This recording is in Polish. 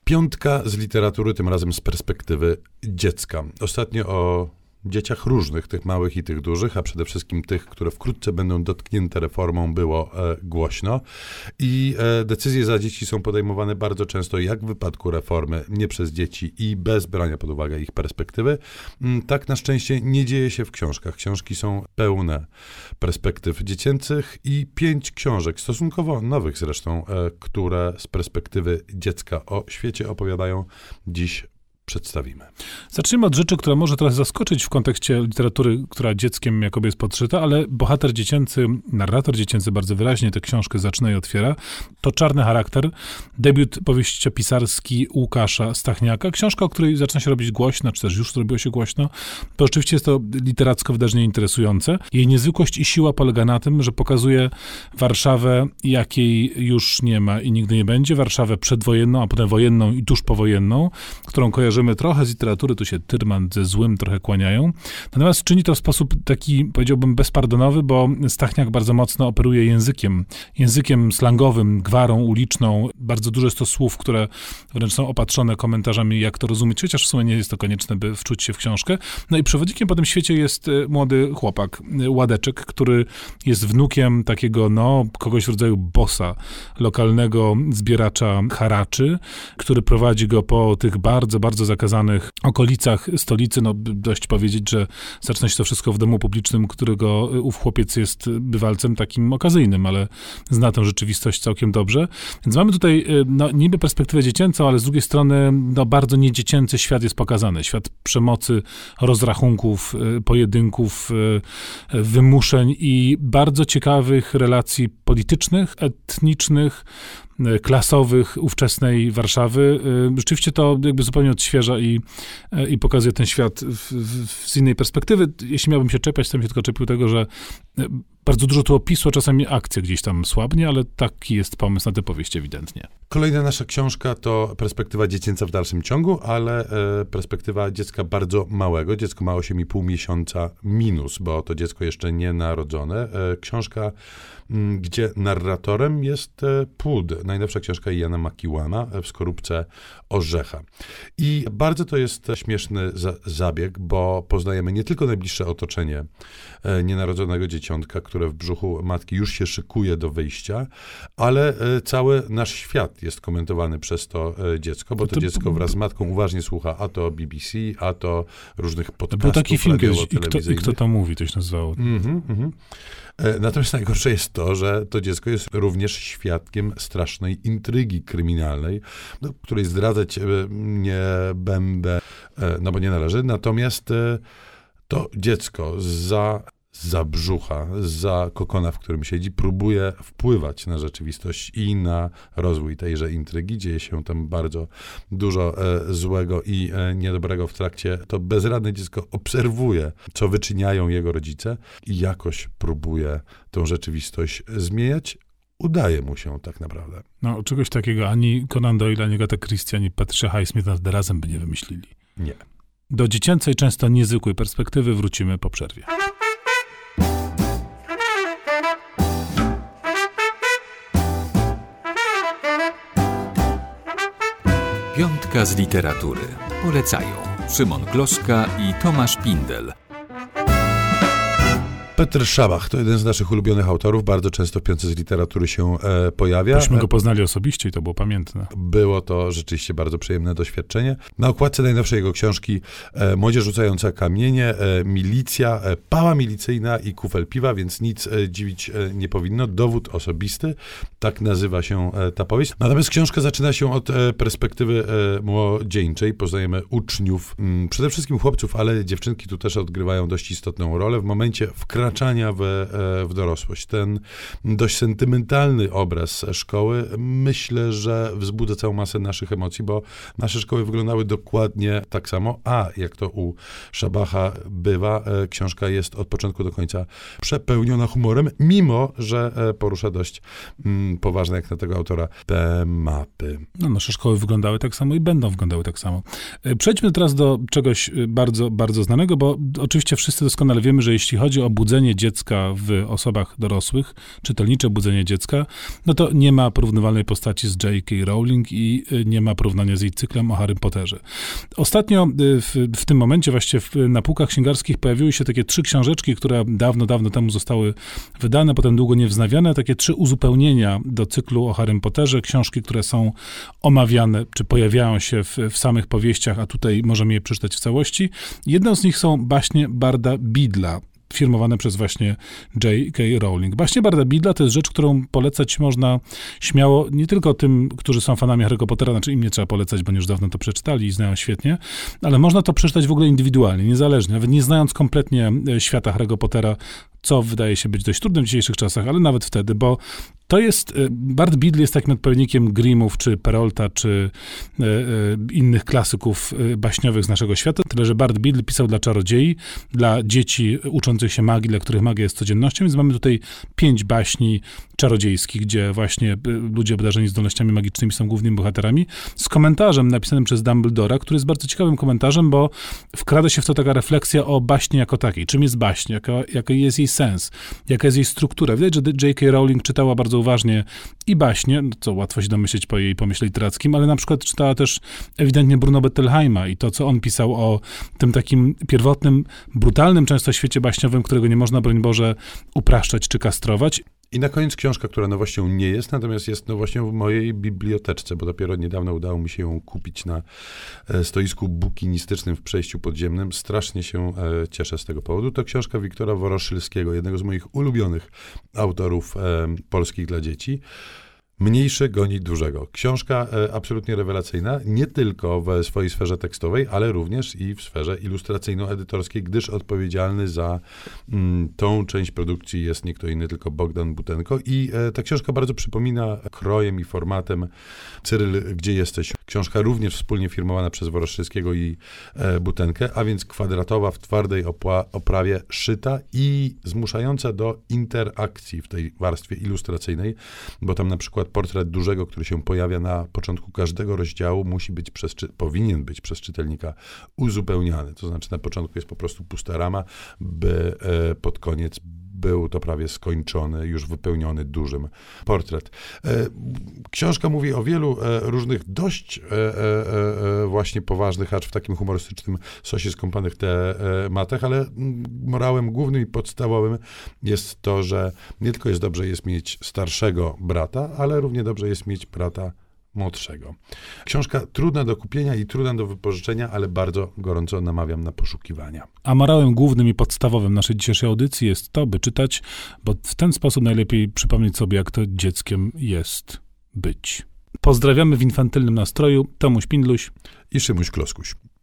Piątka z literatury, tym razem z perspektywy dziecka. Ostatnio o dzieciach różnych, tych małych i tych dużych, a przede wszystkim tych, które wkrótce będą dotknięte reformą, było głośno. I decyzje za dzieci są podejmowane bardzo często, jak w wypadku reformy, nie przez dzieci i bez brania pod uwagę ich perspektywy. Tak na szczęście nie dzieje się w książkach. Książki są pełne perspektyw dziecięcych i 5 książek, stosunkowo nowych zresztą, które z perspektywy dziecka o świecie opowiadają, dziś przedstawimy. Zacznijmy od rzeczy, która może teraz zaskoczyć w kontekście literatury, która dzieckiem jakoby jest podszyta, ale bohater dziecięcy, narrator dziecięcy bardzo wyraźnie tę książkę zaczyna i otwiera. To Czarny charakter, debiut powieściopisarski Łukasza Stachniaka. Książka, o której zaczyna się robić głośno, czy też już zrobiło się głośno, bo rzeczywiście jest to literacko wydarzenie interesujące. Jej niezwykłość i siła polega na tym, że pokazuje Warszawę, jakiej już nie ma i nigdy nie będzie. Warszawę przedwojenną, a potem wojenną i tuż powojenną, którą kojarzymy trochę z literatury, tu się Tyrman ze złym trochę kłaniają. Natomiast czyni to w sposób taki, powiedziałbym, bezpardonowy, bo Stachniak bardzo mocno operuje językiem slangowym, gwarą uliczną. Bardzo dużo jest to słów, które wręcz są opatrzone komentarzami, jak to rozumieć, chociaż w sumie nie jest to konieczne, by wczuć się w książkę. No i przewodnikiem po tym świecie jest młody chłopak, Ładeczek, który jest wnukiem takiego, kogoś w rodzaju bossa, lokalnego zbieracza haraczy, który prowadzi go po tych bardzo, bardzo zakazanych okolicach stolicy. Dość powiedzieć, że zaczyna się to wszystko w domu publicznym, którego ów chłopiec jest bywalcem takim okazyjnym, ale zna tę rzeczywistość całkiem dobrze. Więc mamy tutaj niby perspektywę dziecięcą, ale z drugiej strony bardzo niedziecięcy świat jest pokazany. Świat przemocy, rozrachunków, pojedynków, wymuszeń i bardzo ciekawych relacji politycznych, etnicznych, klasowych ówczesnej Warszawy. Rzeczywiście to jakby zupełnie odświeża i pokazuje ten świat z innej perspektywy. Jeśli miałbym się czepiać, to bym się tylko czepił tego, że bardzo dużo tu opisu, a czasami akcja gdzieś tam słabnie, ale taki jest pomysł na tę powieść ewidentnie. Kolejna nasza książka to perspektywa dziecięca w dalszym ciągu, ale perspektywa dziecka bardzo małego. Dziecko ma 8,5 miesiąca minus, bo to dziecko jeszcze nienarodzone. Książka, gdzie narratorem jest Płód, najnowsza książka Jana Makiłana w skorupce orzecha. I bardzo to jest śmieszny zabieg, bo poznajemy nie tylko najbliższe otoczenie nienarodzonego dzieciątka, które w brzuchu matki już się szykuje do wyjścia, ale cały nasz świat jest komentowany przez to dziecko, bo to dziecko wraz z matką uważnie słucha a to BBC, a to różnych podcastów. Był taki film radiowo-telewizyjnych. I kto to mówi, to się nazywało. Natomiast najgorsze jest to, że to dziecko jest również świadkiem strasznej intrygi kryminalnej, której zdradzać nie będę, bo nie należy. Natomiast to dziecko za brzucha, za kokona, w którym siedzi, próbuje wpływać na rzeczywistość i na rozwój tejże intrygi. Dzieje się tam bardzo dużo złego i niedobrego w trakcie. To bezradne dziecko obserwuje, co wyczyniają jego rodzice i jakoś próbuje tą rzeczywistość zmieniać. Udaje mu się tak naprawdę. Czegoś takiego ani Conan Doyle, ani Agatha Christie, ani Patricia Highsmith razem by nie wymyślili. Nie. Do dziecięcej, często niezwykłej perspektywy wrócimy po przerwie. Piątka z literatury. Polecają Szymon Gloszka i Tomasz Pindel. Petr Szabach to jeden z naszych ulubionych autorów, bardzo często w Piątce z literatury się pojawia. Myśmy go poznali osobiście i to było pamiętne. Było to rzeczywiście bardzo przyjemne doświadczenie. Na okładce najnowszej jego książki Młodzież rzucająca kamienie, milicja, pała milicyjna i kufel piwa, więc nic dziwić nie powinno. Dowód osobisty, tak nazywa się ta powieść. Natomiast książka zaczyna się od perspektywy młodzieńczej. Poznajemy uczniów, przede wszystkim chłopców, ale dziewczynki tu też odgrywają dość istotną rolę w momencie wkraczania w dorosłość. Ten dość sentymentalny obraz szkoły, myślę, że wzbudza całą masę naszych emocji, bo nasze szkoły wyglądały dokładnie tak samo, a jak to u Szabacha bywa, książka jest od początku do końca przepełniona humorem, mimo że porusza dość poważne, jak na tego autora, tematy. Nasze szkoły wyglądały tak samo i będą wyglądały tak samo. Przejdźmy teraz do czegoś bardzo, bardzo znanego, bo oczywiście wszyscy doskonale wiemy, że jeśli chodzi o budzenie budzenie dziecka w osobach dorosłych, czytelnicze budzenie dziecka, no to nie ma porównywalnej postaci z J.K. Rowling i nie ma porównania z jej cyklem o Harrym Potterze. Ostatnio w tym momencie właśnie na półkach księgarskich pojawiły się takie 3 książeczki, które dawno temu zostały wydane, potem długo nie wznawiane, takie 3 uzupełnienia do cyklu o Harrym Potterze, książki, które są omawiane, czy pojawiają się w samych powieściach, a tutaj możemy je przeczytać w całości. Jedną z nich są baśnie Barda Bidla, firmowane przez właśnie J.K. Rowling. Baśnie Barda Bidla to jest rzecz, którą polecać można śmiało nie tylko tym, którzy są fanami Harry'ego Pottera, znaczy im nie trzeba polecać, bo już dawno to przeczytali i znają świetnie, ale można to przeczytać w ogóle indywidualnie, niezależnie, nawet nie znając kompletnie świata Harry'ego Pottera, co wydaje się być dość trudne w dzisiejszych czasach, ale nawet wtedy, bo to jest, Bard Bidl jest takim odpowiednikiem Grimmów, czy Perolta, czy innych klasyków baśniowych z naszego świata, tyle że Bard Bidl pisał dla czarodziei, dla dzieci uczących się magii, dla których magia jest codziennością, więc mamy tutaj 5 baśni czarodziejskich, gdzie właśnie ludzie obdarzeni zdolnościami magicznymi są głównymi bohaterami, z komentarzem napisanym przez Dumbledora, który jest bardzo ciekawym komentarzem, bo wkrada się w to taka refleksja o baśni jako takiej. Czym jest baśń? Jaki jest jej sens? Jaka jest jej struktura? Widać, że J.K. Rowling czytała bardzo uważnie i baśnie, co łatwo się domyśleć po jej pomyśle literackim, ale na przykład czytała też ewidentnie Bruno Bettelheima i to, co on pisał o tym takim pierwotnym, brutalnym często świecie baśniowym, którego nie można, broń Boże, upraszczać czy kastrować. I na koniec książka, która nowością nie jest, natomiast jest nowością w mojej biblioteczce, bo dopiero niedawno udało mi się ją kupić na stoisku bukinistycznym w przejściu podziemnym. Strasznie się cieszę z tego powodu. To książka Wiktora Woroszylskiego, jednego z moich ulubionych autorów polskich dla dzieci. Mniejszy goni dużego. Książka absolutnie rewelacyjna, nie tylko w swojej sferze tekstowej, ale również i w sferze ilustracyjno-edytorskiej, gdyż odpowiedzialny za tą część produkcji jest nie kto inny, tylko Bogdan Butenko. I ta książka bardzo przypomina krojem i formatem Cyryl, gdzie jesteś? Książka również wspólnie firmowana przez Woroszylskiego i Butenkę, a więc kwadratowa, w twardej oprawie, szyta i zmuszająca do interakcji w tej warstwie ilustracyjnej, bo tam na przykład portret dużego, który się pojawia na początku każdego rozdziału, powinien być przez czytelnika uzupełniany. To znaczy na początku jest po prostu pusta rama, by pod koniec był to prawie skończony, już wypełniony dużym portret. Książka mówi o wielu różnych dość właśnie poważnych, acz w takim humorystycznym sosie skąpanych tematach, ale morałem głównym i podstawowym jest to, że nie tylko jest dobrze jest mieć starszego brata, ale równie dobrze jest mieć brata młodszego. Książka trudna do kupienia i trudna do wypożyczenia, ale bardzo gorąco namawiam na poszukiwania. A morałem głównym i podstawowym naszej dzisiejszej audycji jest to, by czytać, bo w ten sposób najlepiej przypomnieć sobie, jak to dzieckiem jest być. Pozdrawiamy w infantylnym nastroju. Tomuś Pindluś i Szymuś Kloskuś.